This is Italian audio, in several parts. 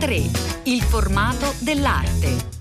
A3, il formato dell'arte.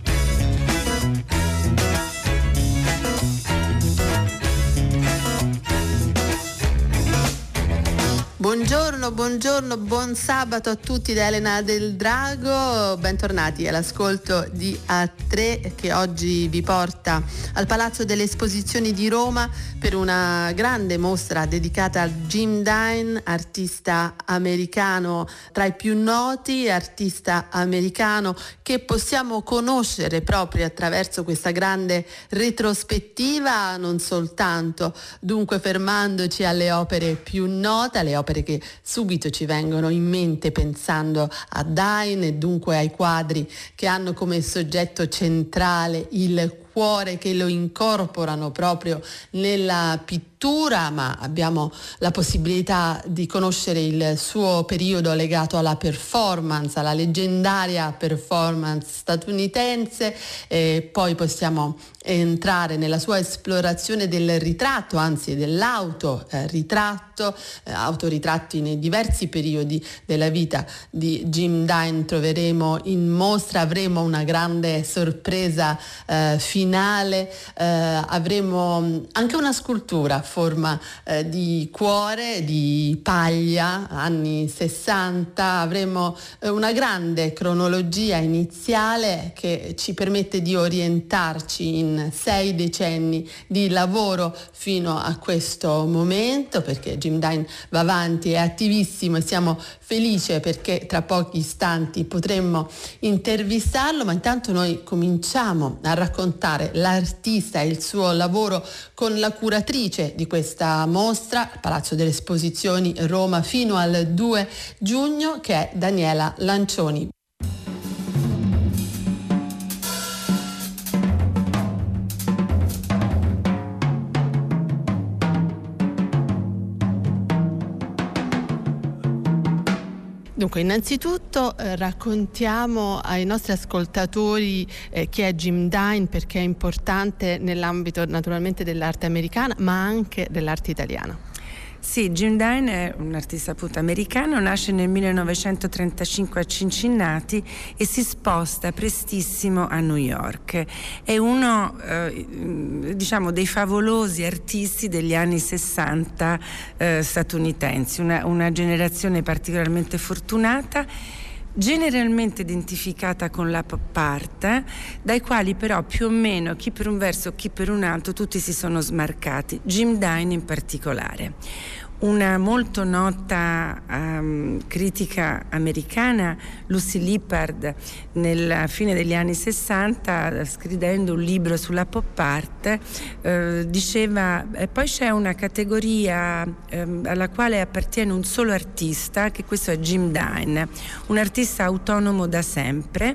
Buongiorno, buon sabato a tutti da Elena Del Drago, bentornati all'ascolto di A3 che oggi vi porta al Palazzo delle Esposizioni di Roma per una grande mostra dedicata a Jim Dine, artista americano tra i più noti, artista americano che possiamo conoscere proprio attraverso questa grande retrospettiva, non soltanto dunque fermandoci alle opere più note, alle opere che subito ci vengono in mente pensando a Dine e dunque ai quadri che hanno come soggetto centrale il cuore, che lo incorporano proprio nella pittura, ma abbiamo la possibilità di conoscere il suo periodo legato alla performance, alla leggendaria performance statunitense, e poi possiamo entrare nella sua esplorazione del ritratto, anzi dell'autoritratto, autoritratti nei diversi periodi della vita di Jim Dine troveremo in mostra. Avremo una grande sorpresa finale, avremo anche una scultura a forma di cuore, di paglia, anni 60, avremo una grande cronologia iniziale che ci permette di orientarci in 6 decenni di lavoro fino a questo momento, perché Jim Dine va avanti, è attivissimo e siamo felici perché tra pochi istanti potremmo intervistarlo, ma intanto noi cominciamo a raccontare l'artista e il suo lavoro con la curatrice di questa mostra, Palazzo delle Esposizioni Roma fino al 2 giugno, che è Daniela Lancioni. Dunque, innanzitutto raccontiamo ai nostri ascoltatori chi è Jim Dine, perché è importante nell'ambito naturalmente dell'arte americana, ma anche dell'arte italiana. Sì, Jim Dine è un artista appunto americano, nasce nel 1935 a Cincinnati e si sposta prestissimo a New York. È uno diciamo dei favolosi artisti degli anni 60 statunitensi, una generazione particolarmente fortunata, generalmente identificata con la pop art, dai quali però più o meno chi per un verso chi per un altro tutti si sono smarcati, Jim Dine in particolare. Una molto nota critica americana, Lucy Lippard, nella fine degli anni 60, scrivendo un libro sulla pop art, diceva poi c'è una categoria alla quale appartiene un solo artista, che questo è Jim Dine, un artista autonomo da sempre,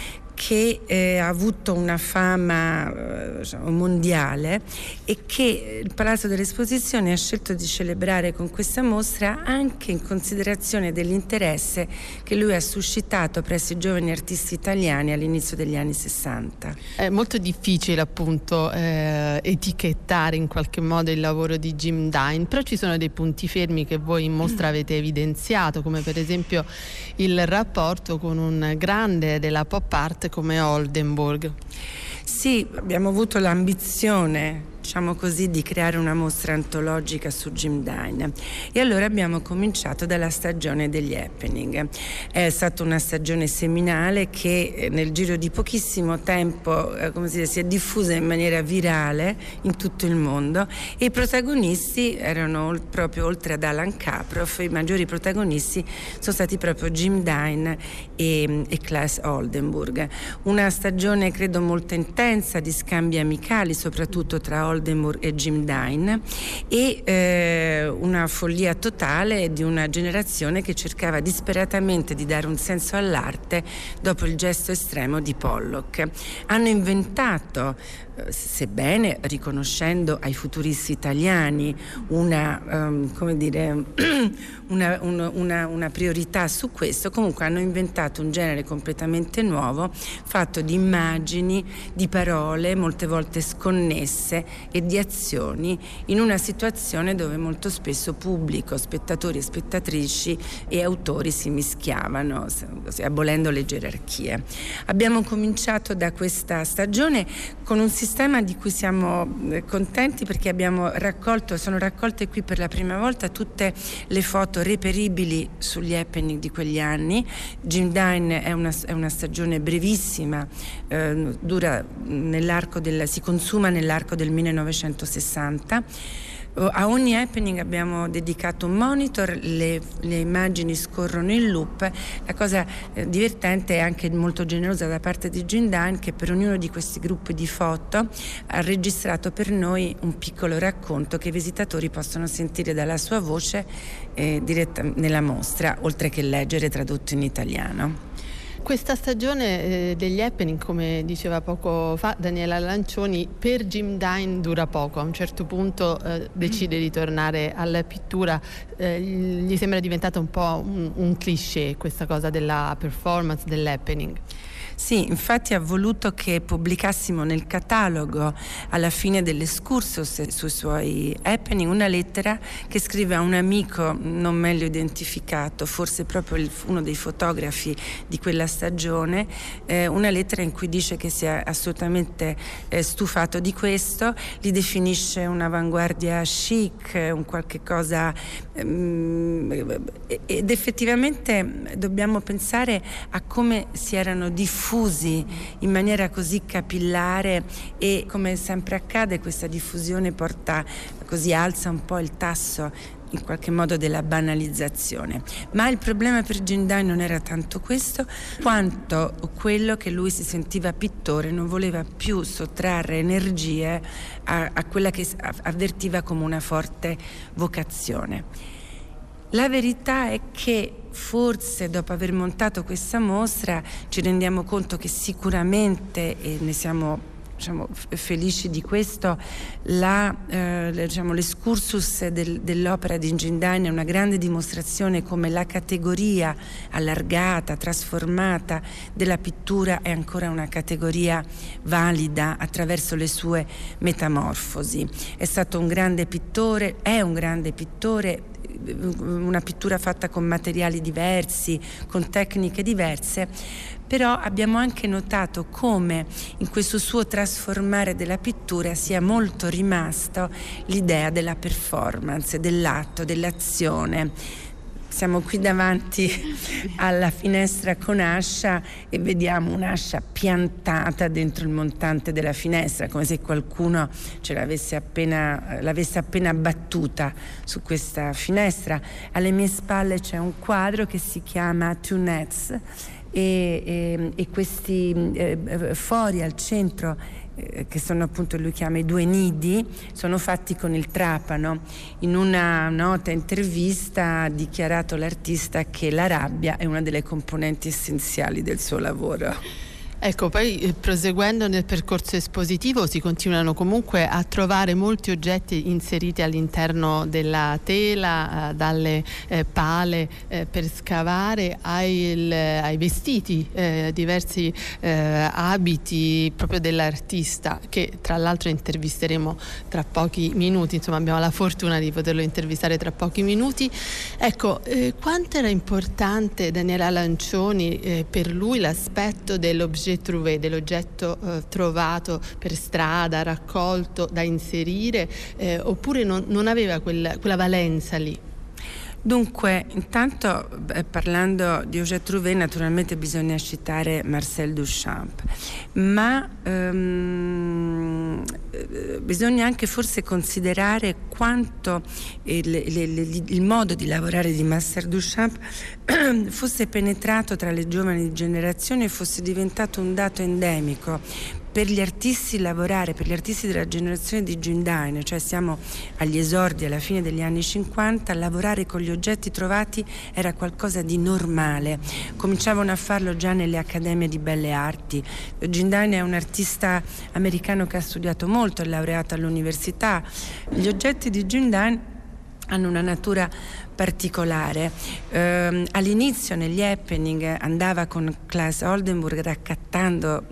che ha avuto una fama mondiale e che il Palazzo delle Esposizioni ha scelto di celebrare con questa mostra anche in considerazione dell'interesse che lui ha suscitato presso i giovani artisti italiani all'inizio degli anni 60. È molto difficile appunto etichettare in qualche modo il lavoro di Jim Dine, però ci sono dei punti fermi che voi in mostra avete evidenziato, come per esempio il rapporto con un grande della pop art come Oldenburg. Sì, abbiamo avuto l'ambizione, diciamo così, di creare una mostra antologica su Jim Dine e allora abbiamo cominciato dalla stagione degli happening. È stata una stagione seminale che nel giro di pochissimo tempo si è diffusa in maniera virale in tutto il mondo e i protagonisti erano proprio, oltre ad Alan Kaproff, i maggiori protagonisti sono stati proprio Jim Dine e Claes Oldenburg. Una stagione credo molto intensa di scambi amicali, soprattutto tra Oldenburg e Jim Dine, e una follia totale di una generazione che cercava disperatamente di dare un senso all'arte dopo il gesto estremo di Pollock. Hanno inventato, sebbene riconoscendo ai futuristi italiani una priorità su questo, comunque hanno inventato un genere completamente nuovo, fatto di immagini, di parole molte volte sconnesse e di azioni in una situazione dove molto spesso spesso pubblico, spettatori e spettatrici e autori si mischiavano, abolendo le gerarchie. Abbiamo cominciato da questa stagione con un sistema di cui siamo contenti, perché sono raccolte qui per la prima volta tutte le foto reperibili sugli happening di quegli anni. Jim Dine è una stagione brevissima, si consuma nell'arco del 1960. A ogni happening abbiamo dedicato un monitor, le immagini scorrono in loop. La cosa divertente e anche molto generosa da parte di Jim Dine, che per ognuno di questi gruppi di foto ha registrato per noi un piccolo racconto che i visitatori possono sentire dalla sua voce diretta nella mostra, oltre che leggere tradotto in italiano. Questa stagione degli happening, come diceva poco fa Daniela Lancioni, per Jim Dine dura poco. A un certo punto decide di tornare alla pittura. Gli sembra diventata un po' un cliché questa cosa della performance, dell'happening. Sì, infatti ha voluto che pubblicassimo nel catalogo alla fine dell'excursus sui suoi happening una lettera che scrive a un amico non meglio identificato, forse proprio uno dei fotografi di quella stagione, una lettera in cui dice che si è assolutamente stufato di questo, li definisce un'avanguardia chic, un qualche cosa, ed effettivamente dobbiamo pensare a come si erano diffusi in maniera così capillare, e come sempre accade questa diffusione alza un po' il tasso in qualche modo della banalizzazione. Ma il problema per Jim Dine non era tanto questo quanto quello che lui si sentiva pittore, non voleva più sottrarre energie a quella che avvertiva come una forte vocazione. La verità è che forse dopo aver montato questa mostra ci rendiamo conto che sicuramente, e ne siamo felici di questo, l'excursus dell'opera di Jim Dine è una grande dimostrazione come la categoria allargata, trasformata della pittura è ancora una categoria valida attraverso le sue metamorfosi. È stato un grande pittore, è un grande pittore, una pittura fatta con materiali diversi, con tecniche diverse, però abbiamo anche notato come in questo suo trasformare della pittura sia molto rimasto l'idea della performance, dell'atto, dell'azione. Siamo qui davanti alla finestra con Ascia e vediamo un'ascia piantata dentro il montante della finestra, come se qualcuno l'avesse appena battuta su questa finestra. Alle mie spalle c'è un quadro che si chiama Two Nets e questi fori al centro, che sono appunto, lui chiama i due nidi, sono fatti con il trapano. In una nota intervista ha dichiarato l'artista che la rabbia è una delle componenti essenziali del suo lavoro. Ecco, poi proseguendo nel percorso espositivo si continuano comunque a trovare molti oggetti inseriti all'interno della tela, dalle pale per scavare ai vestiti, diversi abiti proprio dell'artista, che tra l'altro intervisteremo tra pochi minuti. Insomma, abbiamo la fortuna di poterlo intervistare tra pochi minuti. Ecco, quanto era importante, Daniela Lancioni, per lui l'aspetto dell'objet trouvé, dell'oggetto trovato per strada, raccolto, da inserire, oppure non aveva quella valenza lì? Dunque, intanto parlando di objet trouvé naturalmente bisogna citare Marcel Duchamp, ma bisogna anche forse considerare quanto il modo di lavorare di Marcel Duchamp fosse penetrato tra le giovani generazioni e fosse diventato un dato endemico. Per gli artisti per gli artisti della generazione di Jim Dine, cioè siamo agli esordi, alla fine degli anni 50, lavorare con gli oggetti trovati era qualcosa di normale. Cominciavano a farlo già nelle accademie di belle arti. Jim Dine è un artista americano che ha studiato molto, è laureato all'università. Gli oggetti di Jim Dine hanno una natura particolare. All'inizio negli happening andava con Claes Oldenburg raccattando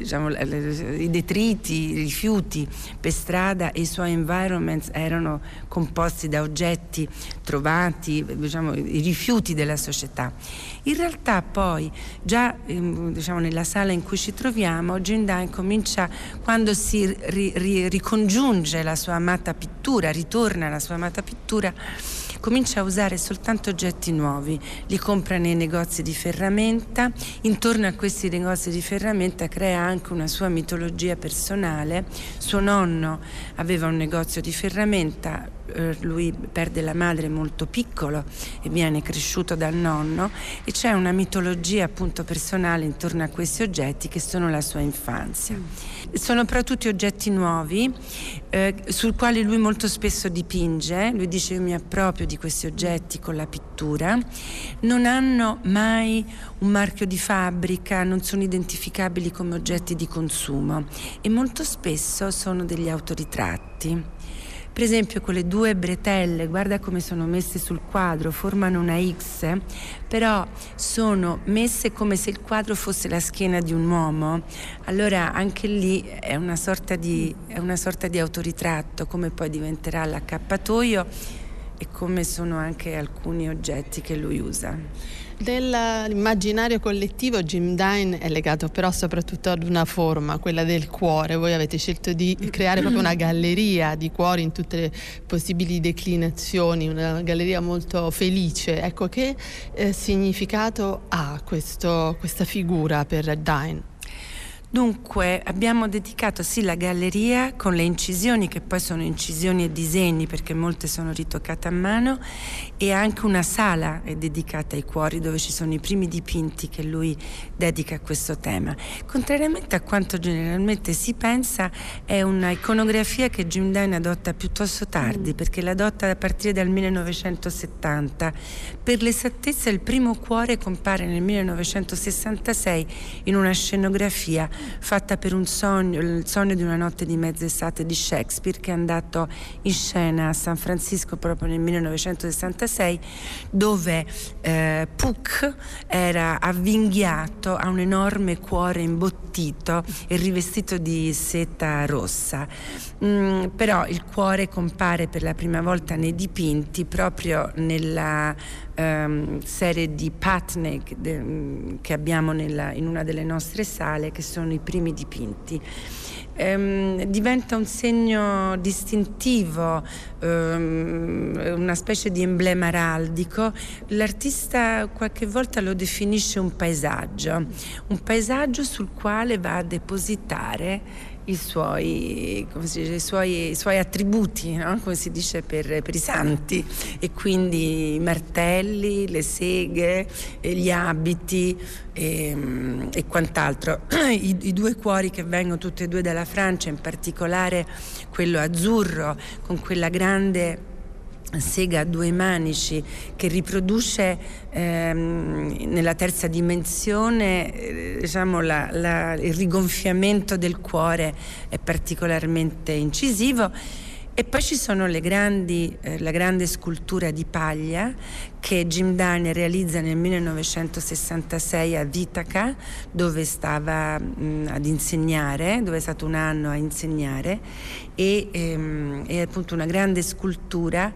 i detriti, i rifiuti per strada, e i suoi environments erano composti da oggetti trovati, i rifiuti della società. In realtà poi già nella sala in cui ci troviamo, Jim Dine comincia, quando si ricongiunge la sua amata pittura, ritorna alla sua amata pittura, comincia a usare soltanto oggetti nuovi, li compra nei negozi di ferramenta. Intorno a questi negozi di ferramenta crea anche una sua mitologia personale. Suo nonno aveva un negozio di ferramenta, lui perde la madre molto piccolo e viene cresciuto dal nonno, e c'è una mitologia appunto personale intorno a questi oggetti che sono la sua infanzia. Sono però tutti oggetti nuovi, sul quali lui molto spesso dipinge. Lui dice: io mi approprio di questi oggetti con la pittura. Non hanno mai un marchio di fabbrica, non sono identificabili come oggetti di consumo, e molto spesso sono degli autoritratti. Per esempio quelle due bretelle, guarda come sono messe sul quadro, formano una X, però sono messe come se il quadro fosse la schiena di un uomo. Allora anche lì è una sorta di autoritratto, come poi diventerà l'accappatoio e come sono anche alcuni oggetti che lui usa. Nell'immaginario collettivo Jim Dine è legato però soprattutto ad una forma, quella del cuore. Voi avete scelto di creare proprio una galleria di cuori in tutte le possibili declinazioni, una galleria molto felice. Ecco, che significato ha questa figura per Dine? Dunque abbiamo dedicato la galleria con le incisioni, che poi sono incisioni e disegni perché molte sono ritoccate a mano, e anche una sala è dedicata ai cuori, dove ci sono i primi dipinti che lui dedica a questo tema. Contrariamente a quanto generalmente si pensa, è una iconografia che Jim Dine adotta piuttosto tardi, perché l'adotta a partire dal 1970. Per l'esattezza il primo cuore compare nel 1966 in una scenografia fatta per un sogno, il sogno di una notte di mezz'estate di Shakespeare, che è andato in scena a San Francisco proprio nel 1966, dove Puck era avvinghiato a un enorme cuore imbottito e rivestito di seta rossa. Però il cuore compare per la prima volta nei dipinti proprio nella serie di Patney che abbiamo in una delle nostre sale, che sono i primi dipinti. Diventa un segno distintivo, una specie di emblema araldico. L'artista qualche volta lo definisce un paesaggio sul quale va a depositare i suoi attributi, no? Come si dice per i santi, e quindi i martelli, le seghe, gli abiti e quant'altro. I due cuori che vengono tutti e due dalla Francia, in particolare quello azzurro con quella grande sega a due manici che riproduce nella terza dimensione il rigonfiamento del cuore, è particolarmente incisivo. E poi ci sono la grande scultura di paglia che Jim Dine realizza nel 1966 a Vitaka, dove stava ad insegnare, dove è stato un anno a insegnare, e è appunto una grande scultura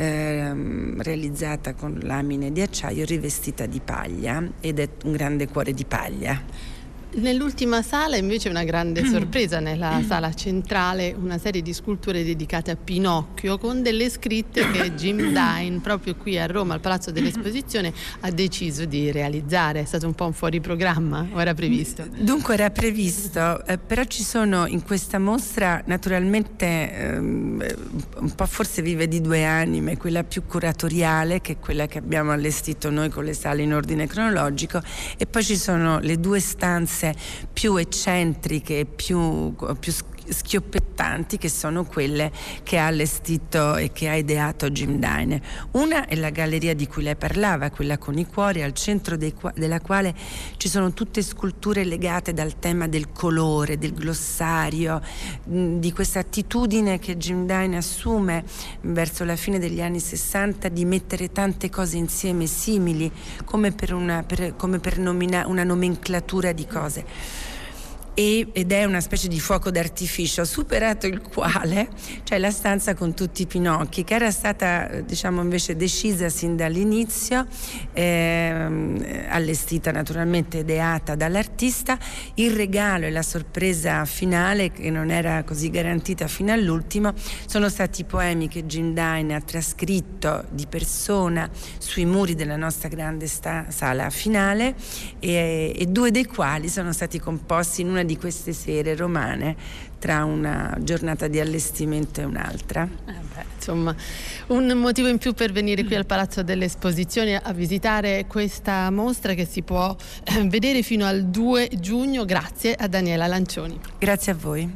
realizzata con lamine di acciaio rivestita di paglia, ed è un grande cuore di paglia. Nell'ultima sala invece una grande sorpresa, nella sala centrale una serie di sculture dedicate a Pinocchio, con delle scritte che Jim Dine proprio qui a Roma al Palazzo dell'Esposizione ha deciso di realizzare. È stato un po' un fuori programma o era previsto? Dunque era previsto, però ci sono in questa mostra naturalmente un po' forse vive di due anime, quella più curatoriale, che è quella che abbiamo allestito noi con le sale in ordine cronologico, e poi ci sono le due stanze più eccentriche, più schioppettanti, che sono quelle che ha allestito e che ha ideato Jim Dine. Una è la galleria di cui lei parlava, quella con i cuori, al centro della quale ci sono tutte sculture legate dal tema del colore, del glossario, di questa attitudine che Jim Dine assume verso la fine degli anni 60 di mettere tante cose insieme simili, come per una nomenclatura di cose. Ed è una specie di fuoco d'artificio, superato il quale c'è la stanza con tutti i Pinocchi, che era stata, diciamo, invece decisa sin dall'inizio, allestita naturalmente, ideata dall'artista. Il regalo e la sorpresa finale, che non era così garantita fino all'ultimo, sono stati i poemi che Jim Dine ha trascritto di persona sui muri della nostra grande sala finale, e due dei quali sono stati composti in una di queste sere romane, tra una giornata di allestimento e un'altra. Insomma, un motivo in più per venire qui al Palazzo delle Esposizioni a visitare questa mostra che si può vedere fino al 2 giugno. Grazie a Daniela Lancioni. Grazie a voi.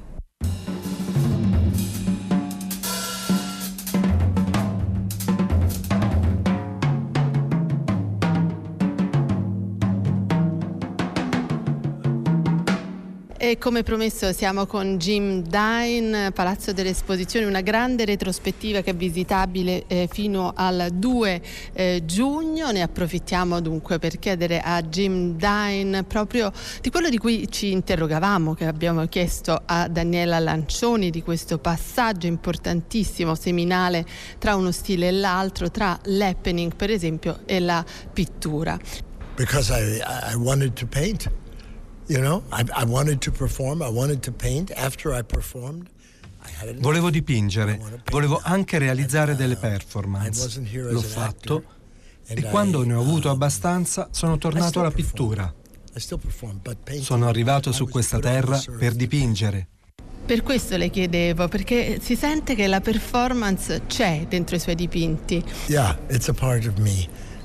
E come promesso siamo con Jim Dine, Palazzo delle Esposizioni, una grande retrospettiva che è visitabile fino al 2 giugno. Ne approfittiamo dunque per chiedere a Jim Dine proprio di quello di cui ci interrogavamo, che abbiamo chiesto a Daniela Lancioni, di questo passaggio importantissimo, seminale tra uno stile e l'altro, tra l'happening per esempio e la pittura. Because I wanted to paint. You know, I wanted to perform, I wanted to paint. After I performed, volevo dipingere, volevo anche realizzare delle performance. L'ho fatto e quando ne ho avuto abbastanza sono tornato alla pittura. Sono arrivato su questa terra per dipingere. Per questo le chiedevo, perché si sente che la performance c'è dentro i suoi dipinti. Yeah, it's a part of me.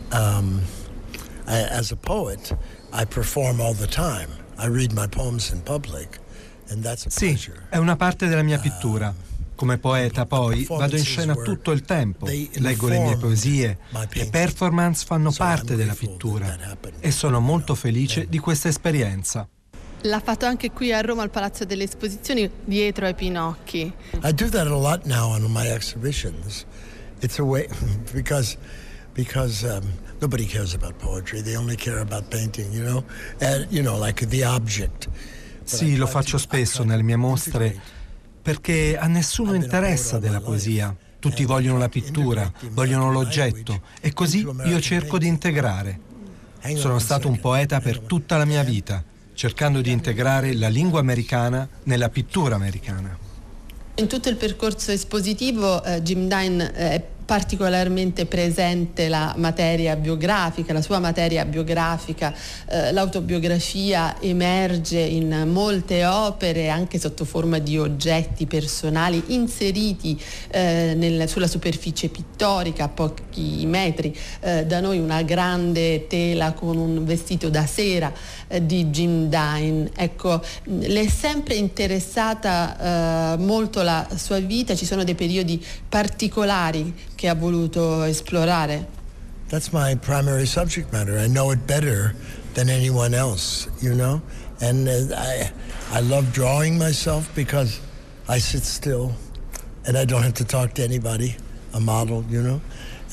As a poet, I perform all the time. I read my poems in public, and that's a pleasure. Sì, è una parte della mia pittura. Come poeta poi vado in scena tutto il tempo, leggo le mie poesie, le performance fanno parte della pittura e sono molto felice di questa esperienza. L'ha fatto anche qui a Roma al Palazzo delle Esposizioni, dietro ai Pinocchi. I do that a lot now on my exhibitions. It's a way because nobody cares about poetry, they only care about painting, you know? And, you know, like the object. Sì, lo faccio spesso nelle mie mostre perché a nessuno interessa della poesia. Tutti vogliono la pittura, vogliono l'oggetto e così io cerco di integrare. Sono stato un poeta per tutta la mia vita, cercando di integrare la lingua americana nella pittura americana. In tutto il percorso espositivo Jim Dine è particolarmente presente la materia biografica, la sua materia biografica, l'autobiografia emerge in molte opere anche sotto forma di oggetti personali inseriti sulla superficie pittorica a pochi metri da noi, una grande tela con un vestito da sera di Jim Dine. Ecco, le è sempre interessata molto la sua vita? Ci sono dei periodi particolari che ha voluto esplorare? That's my primary subject matter. I know it better than anyone else, you know? And I love drawing myself because I sit still and I don't have to talk to anybody, a model, you know?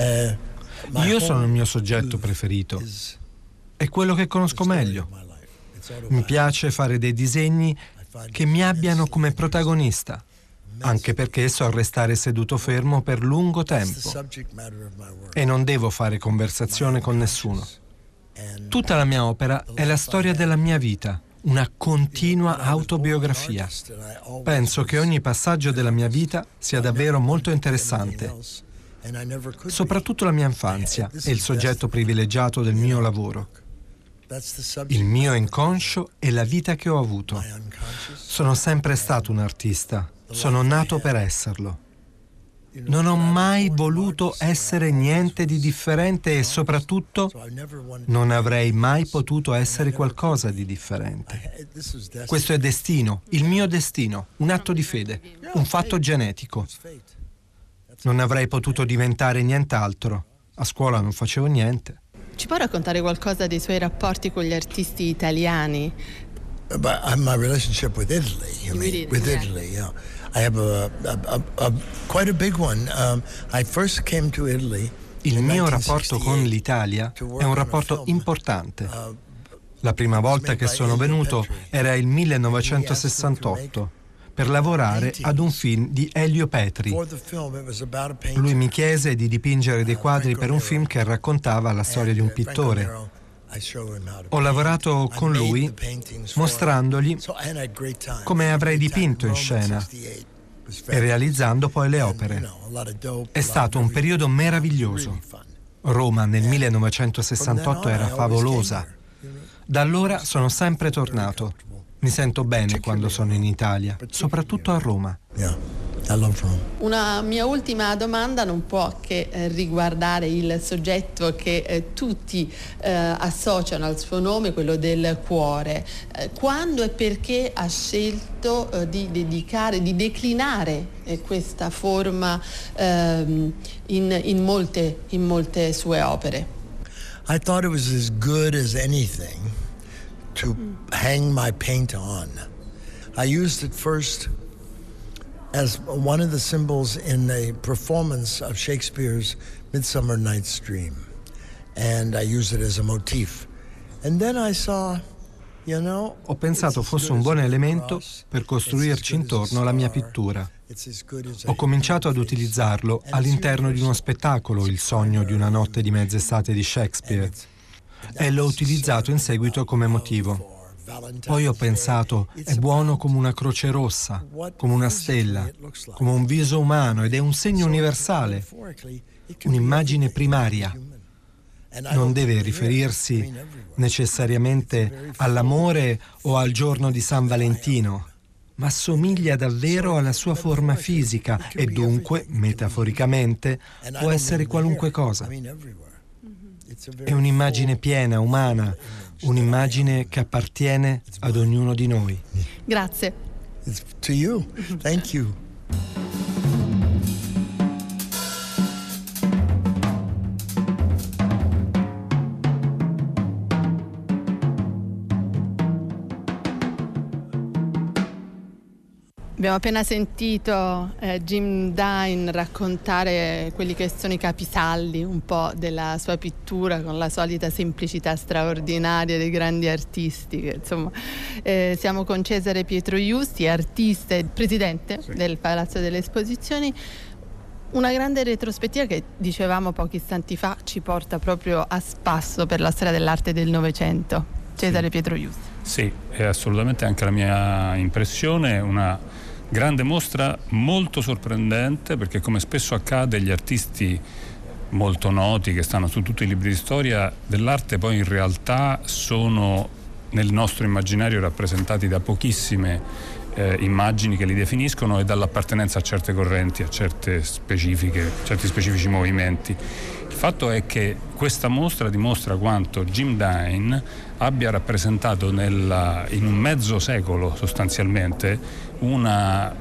Io sono il mio soggetto preferito. È quello che conosco meglio. Mi piace fare dei disegni che mi abbiano come protagonista, anche perché so restare seduto fermo per lungo tempo e non devo fare conversazione con nessuno. Tutta la mia opera è la storia della mia vita, una continua autobiografia. Penso che ogni passaggio della mia vita sia davvero molto interessante, soprattutto la mia infanzia è il soggetto privilegiato del mio lavoro. Il mio inconscio e la vita che ho avuto. Sono sempre stato un artista. Sono nato per esserlo. Non ho mai voluto essere niente di differente e soprattutto non avrei mai potuto essere qualcosa di differente. Questo è destino, il mio destino, un atto di fede, un fatto genetico. Non avrei potuto diventare nient'altro. A scuola non facevo niente. Ci può raccontare qualcosa dei suoi rapporti con gli artisti italiani? But my relationship with Italy, Italy, yeah. I have quite a big one. I first came to Italy. Il mio rapporto con l'Italia è un rapporto importante. La prima volta che sono venuto era il 1968 per lavorare ad un film di Elio Petri. Lui mi chiese di dipingere dei quadri per un film che raccontava la storia di un pittore. Ho lavorato con lui mostrandogli come avrei dipinto in scena e realizzando poi le opere. È stato un periodo meraviglioso. Roma nel 1968 era favolosa. Da allora sono sempre tornato. Mi sento bene quando sono in Italia, soprattutto a Roma. Una mia ultima domanda non può che riguardare il soggetto che tutti associano al suo nome, quello del cuore. Quando e perché ha scelto di declinare questa forma in molte sue opere? I thought it was as good as anything to hang my paint on. I used it first as one of the symbols in a performance of Shakespeare's Midsummer Night's Dream. And I used it as a motif. And then I saw, ho pensato fosse un buon elemento per costruirci intorno la mia pittura. Ho cominciato ad utilizzarlo all'interno di uno spettacolo, Il sogno di una notte di mezz'estate di Shakespeare, e l'ho utilizzato in seguito come motivo. Poi ho pensato, è buono come una croce rossa, come una stella, come un viso umano, ed è un segno universale, un'immagine primaria. Non deve riferirsi necessariamente all'amore o al giorno di San Valentino, ma somiglia davvero alla sua forma fisica e dunque, metaforicamente, può essere qualunque cosa. È un'immagine piena, umana, un'immagine che appartiene ad ognuno di noi. Grazie. It's to you. Thank you. Abbiamo appena sentito Jim Dine raccontare quelli che sono i capisaldi un po' della sua pittura, con la solita semplicità straordinaria dei grandi artisti. Che, insomma, siamo con Cesare Pietro Justi, artista e presidente del Palazzo delle Esposizioni. Una grande retrospettiva che, dicevamo pochi istanti fa, ci porta proprio a spasso per la storia dell'arte del Novecento. Cesare Pietro Justi. Sì, è assolutamente anche la mia impressione, una grande mostra molto sorprendente, perché come spesso accade gli artisti molto noti che stanno su tutti i libri di storia dell'arte poi in realtà sono nel nostro immaginario rappresentati da pochissime immagini che li definiscono e dall'appartenenza a certe correnti, a certi specifici movimenti. Il fatto è che questa mostra dimostra quanto Jim Dine abbia rappresentato in un mezzo secolo sostanzialmente una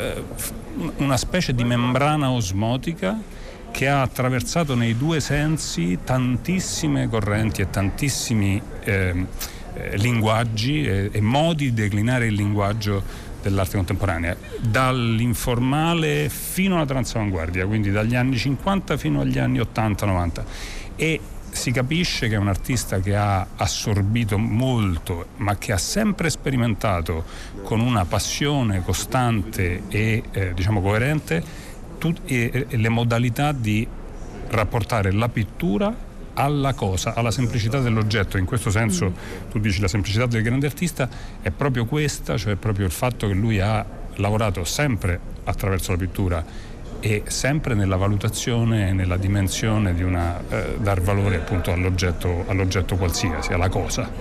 specie di membrana osmotica che ha attraversato nei due sensi tantissime correnti e tantissimi linguaggi e modi di declinare il linguaggio dell'arte contemporanea, dall'informale fino alla transavanguardia, quindi dagli anni 50 fino agli anni 80-90, e si capisce che è un artista che ha assorbito molto, ma che ha sempre sperimentato con una passione costante e coerente le modalità di rapportare la pittura alla cosa, alla semplicità dell'oggetto. In questo senso tu dici la semplicità del grande artista è proprio questa, cioè proprio il fatto che lui ha lavorato sempre attraverso la pittura e sempre nella valutazione e nella dimensione di dar valore appunto all'oggetto qualsiasi, alla cosa.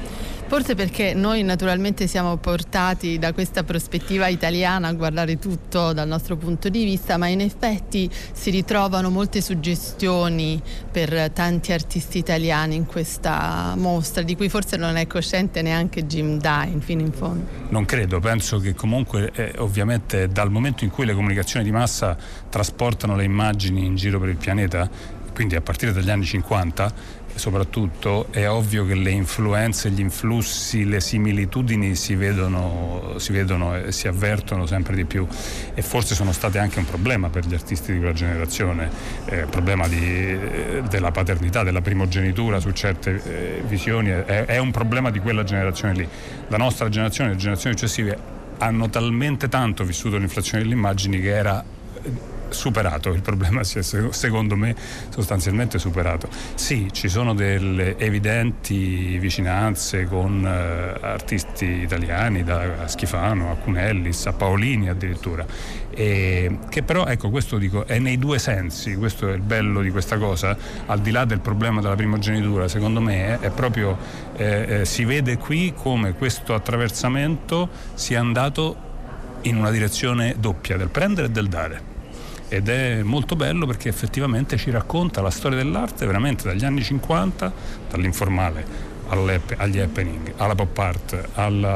Forse perché noi naturalmente siamo portati da questa prospettiva italiana a guardare tutto dal nostro punto di vista, ma in effetti si ritrovano molte suggestioni per tanti artisti italiani in questa mostra, di cui forse non è cosciente neanche Jim Dine fino in fondo. Non credo, penso che comunque ovviamente dal momento in cui le comunicazioni di massa trasportano le immagini in giro per il pianeta, quindi a partire dagli anni 50 soprattutto, è ovvio che le influenze, gli influssi, le similitudini si vedono e si avvertono sempre di più, e forse sono state anche un problema per gli artisti di quella generazione, problema della paternità, della primogenitura su certe visioni, è un problema di quella generazione lì. La nostra generazione, le generazioni successive hanno talmente tanto vissuto l'inflazione delle immagini che era superato, il problema si è secondo me sostanzialmente superato. Sì, ci sono delle evidenti vicinanze con artisti italiani, da Schifano a Cunellis a Paolini addirittura, che però, ecco, questo dico, è nei due sensi, questo è il bello di questa cosa, al di là del problema della primogenitura. Secondo me è proprio si vede qui come questo attraversamento sia andato in una direzione doppia, del prendere e del dare. Ed è molto bello perché effettivamente ci racconta la storia dell'arte veramente dagli anni 50, dall'informale agli happening, alla pop art,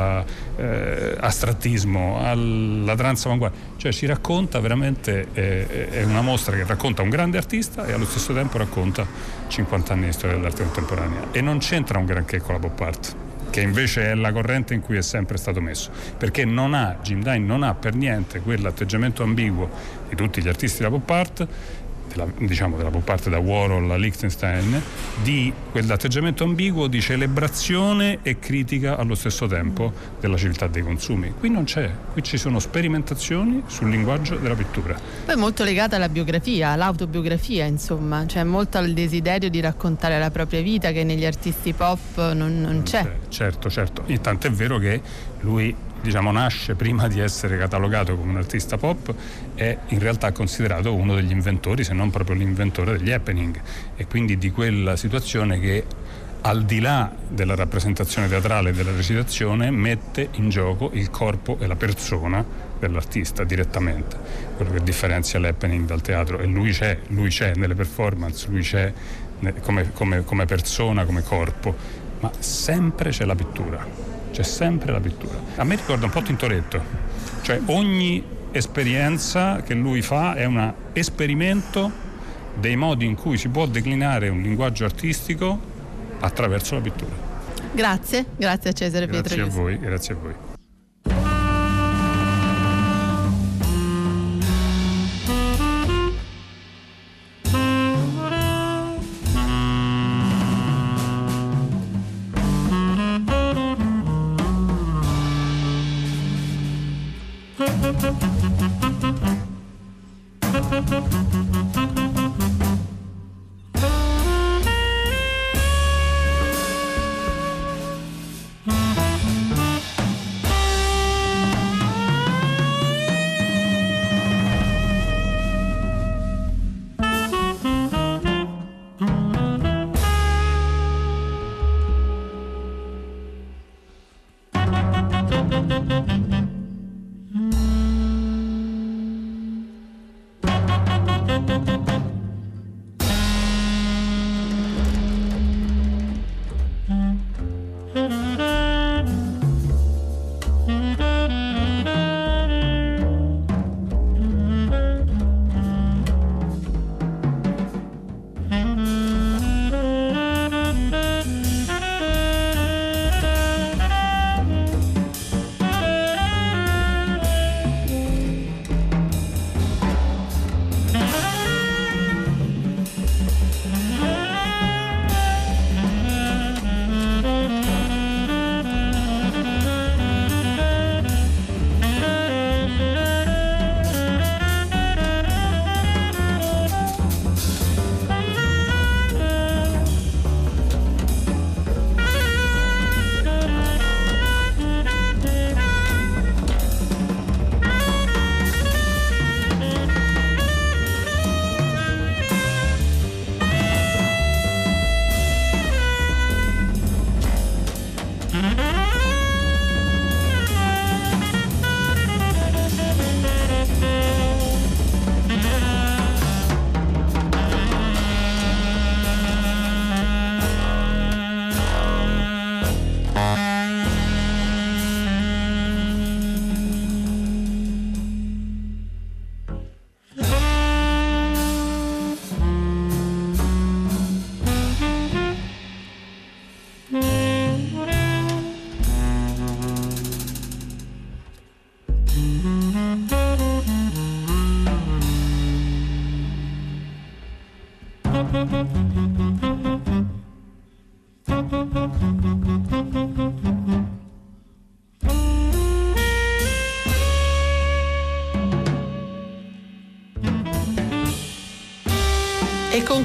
all'astrattismo, alla trance avanguardia. Cioè ci racconta veramente, è una mostra che racconta un grande artista e allo stesso tempo racconta 50 anni di storia dell'arte contemporanea, e non c'entra un granché con la pop art, che invece è la corrente in cui è sempre stato messo, perché Jim Dine non ha per niente quell'atteggiamento ambiguo di tutti gli artisti della pop art, della pop art da Warhol a Lichtenstein, di quell'atteggiamento ambiguo di celebrazione e critica allo stesso tempo della civiltà dei consumi. Qui non c'è, qui ci sono sperimentazioni sul linguaggio della pittura. Poi molto legata alla biografia, all'autobiografia, insomma, cioè molto al desiderio di raccontare la propria vita, che negli artisti pop non c'è. Certo, intanto è vero che lui, nasce prima di essere catalogato come un artista pop, è in realtà considerato uno degli inventori, se non proprio l'inventore degli happening, e quindi di quella situazione che, al di là della rappresentazione teatrale e della recitazione, mette in gioco il corpo e la persona dell'artista direttamente, quello che differenzia l'happening dal teatro. E lui c'è nelle performance, lui c'è come persona, come corpo, ma sempre c'è la pittura. C'è sempre la pittura. A me ricorda un po' Tintoretto, cioè ogni esperienza che lui fa è un esperimento dei modi in cui si può declinare un linguaggio artistico attraverso la pittura. Grazie a Cesare Pietro. Grazie a voi.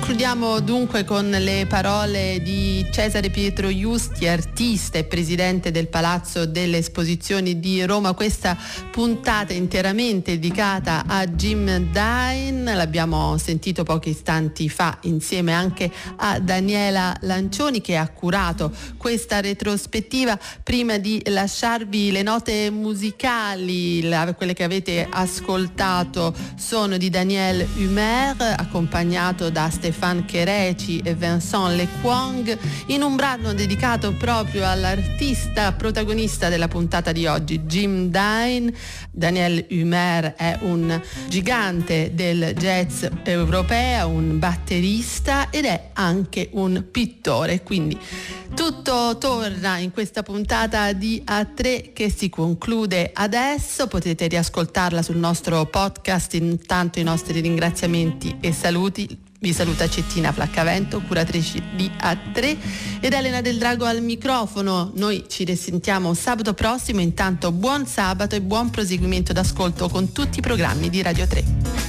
Concludiamo dunque con le parole di Cesare Pietro Justi, artista e presidente del Palazzo delle Esposizioni di Roma. Questa puntata interamente dedicata a Jim Dine, l'abbiamo sentito pochi istanti fa insieme anche a Daniela Lancioni, che ha curato questa retrospettiva. Prima di lasciarvi le note musicali, quelle che avete ascoltato sono di Daniel Humer, accompagnato da Stéphane Chereci e Vincent Lequang, in un brano dedicato proprio all'artista protagonista della puntata di oggi, Jim Dine. Daniel Humer è un gigante del jazz europeo, un batterista ed è anche un pittore, quindi tutto torna in questa puntata di A3 che si conclude adesso. Potete riascoltarla sul nostro podcast. Intanto i nostri ringraziamenti e saluti. Vi saluta Cettina Flaccavento, curatrice di A3, ed Elena Del Drago al microfono. Noi ci risentiamo sabato prossimo. Intanto buon sabato e buon proseguimento d'ascolto con tutti i programmi di Radio 3.